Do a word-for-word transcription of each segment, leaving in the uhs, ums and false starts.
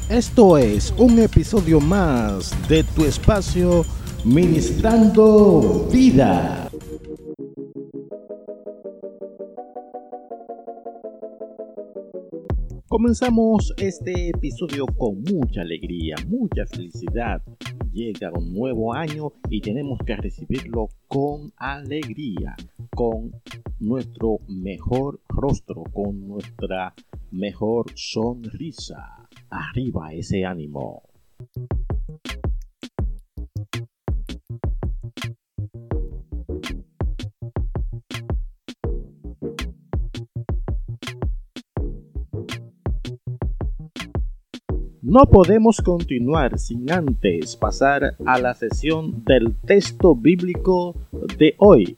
Esto es un episodio más de tu espacio Ministrando Vida. Comenzamos este episodio con mucha alegría, mucha felicidad. Llega un nuevo año y tenemos que recibirlo con alegría, con nuestro mejor rostro, con nuestra mejor sonrisa. Arriba ese ánimo. No podemos continuar sin antes pasar a la sesión del texto bíblico de hoy,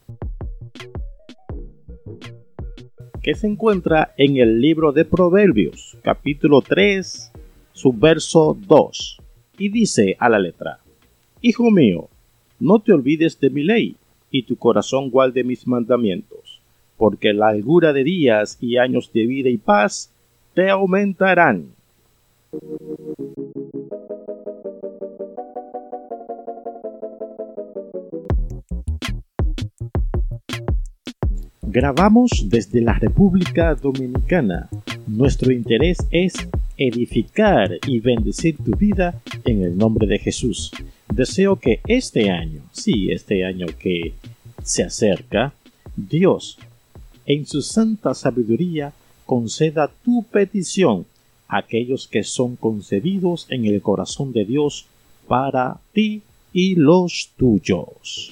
que se encuentra en el libro de Proverbios, capítulo tres, su verso dos, y dice a la letra: Hijo mío, no te olvides de mi ley, y tu corazón guarde mis mandamientos, porque la largura de días y años de vida y paz te aumentarán. Grabamos desde la República Dominicana. Nuestro interés es edificar y bendecir tu vida en el nombre de Jesús. Deseo que este año, sí, este año que se acerca, Dios, en su santa sabiduría, conceda tu petición a aquellos que son concebidos en el corazón de Dios para ti y los tuyos.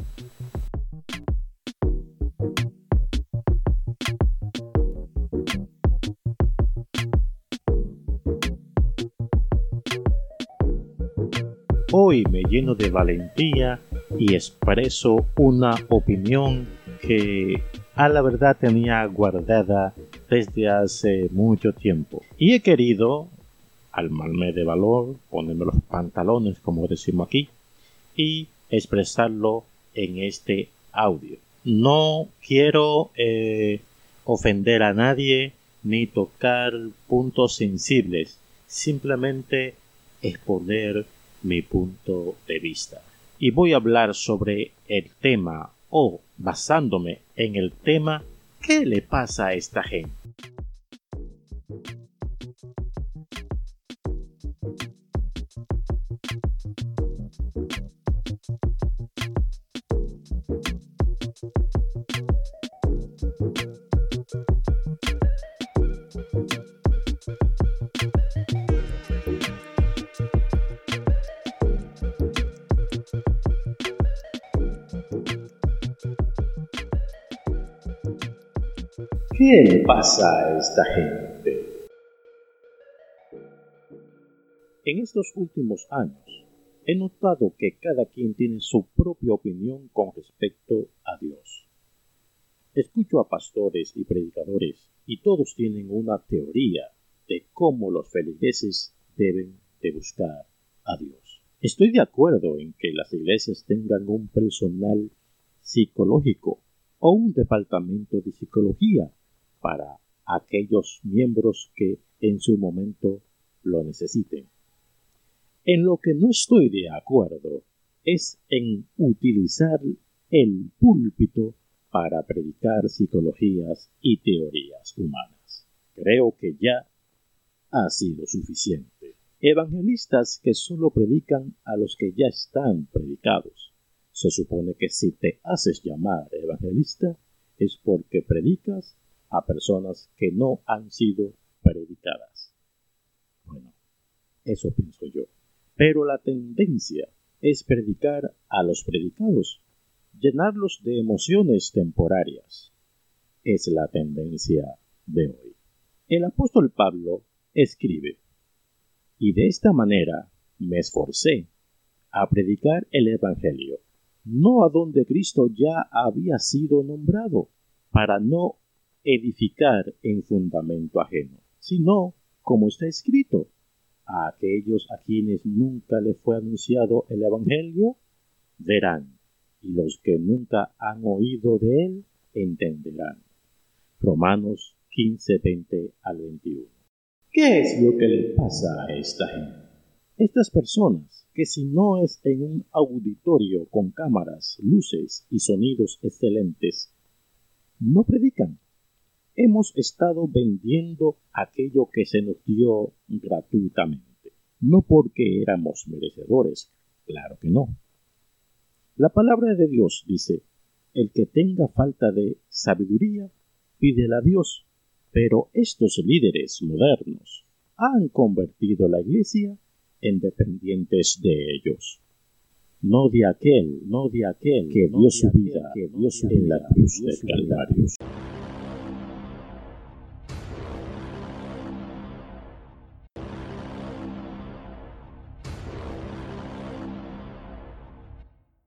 Hoy me lleno de valentía y expreso una opinión que a la verdad tenía guardada desde hace mucho tiempo. Y he querido armarme de valor, ponerme los pantalones, como decimos aquí, y expresarlo en este audio. No quiero eh, ofender a nadie ni tocar puntos sensibles, simplemente exponer mi punto de vista. Y voy a hablar sobre el tema, o basándome en el tema, ¿qué le pasa a esta gente? ¿Qué le pasa a esta gente? En estos últimos años, he notado que cada quien tiene su propia opinión con respecto a Dios. Escucho a pastores y predicadores y todos tienen una teoría de cómo los feligreses deben de buscar a Dios. Estoy de acuerdo en que las iglesias tengan un personal psicológico o un departamento de psicología para aquellos miembros que en su momento lo necesiten. En lo que no estoy de acuerdo es en utilizar el púlpito para predicar psicologías y teorías humanas. Creo que ya ha sido suficiente. Evangelistas que solo predican a los que ya están predicados. Se supone que si te haces llamar evangelista es porque predicas a personas que no han sido predicadas. Bueno, eso pienso yo. Pero la tendencia es predicar a los predicados, llenarlos de emociones temporarias. Es la tendencia de hoy. El apóstol Pablo escribe: y de esta manera me esforcé a predicar el evangelio, no a donde Cristo ya había sido nombrado, para no edificar en fundamento ajeno, sino, como está escrito, a aquellos a quienes nunca les fue anunciado el evangelio, verán, y los que nunca han oído de él, entenderán. Romanos quince, veinte al veintiuno. ¿Qué es lo que le pasa a esta gente? Estas personas, que si no es en un auditorio con cámaras, luces y sonidos excelentes, no predican. Hemos estado vendiendo aquello que se nos dio gratuitamente, no porque éramos merecedores, claro que no. La palabra de Dios dice, el que tenga falta de sabiduría, pídela a Dios, pero estos líderes modernos han convertido la iglesia en dependientes de ellos. No de aquel, no de aquel que dio su vida, que dio su vida en la cruz del Calvario.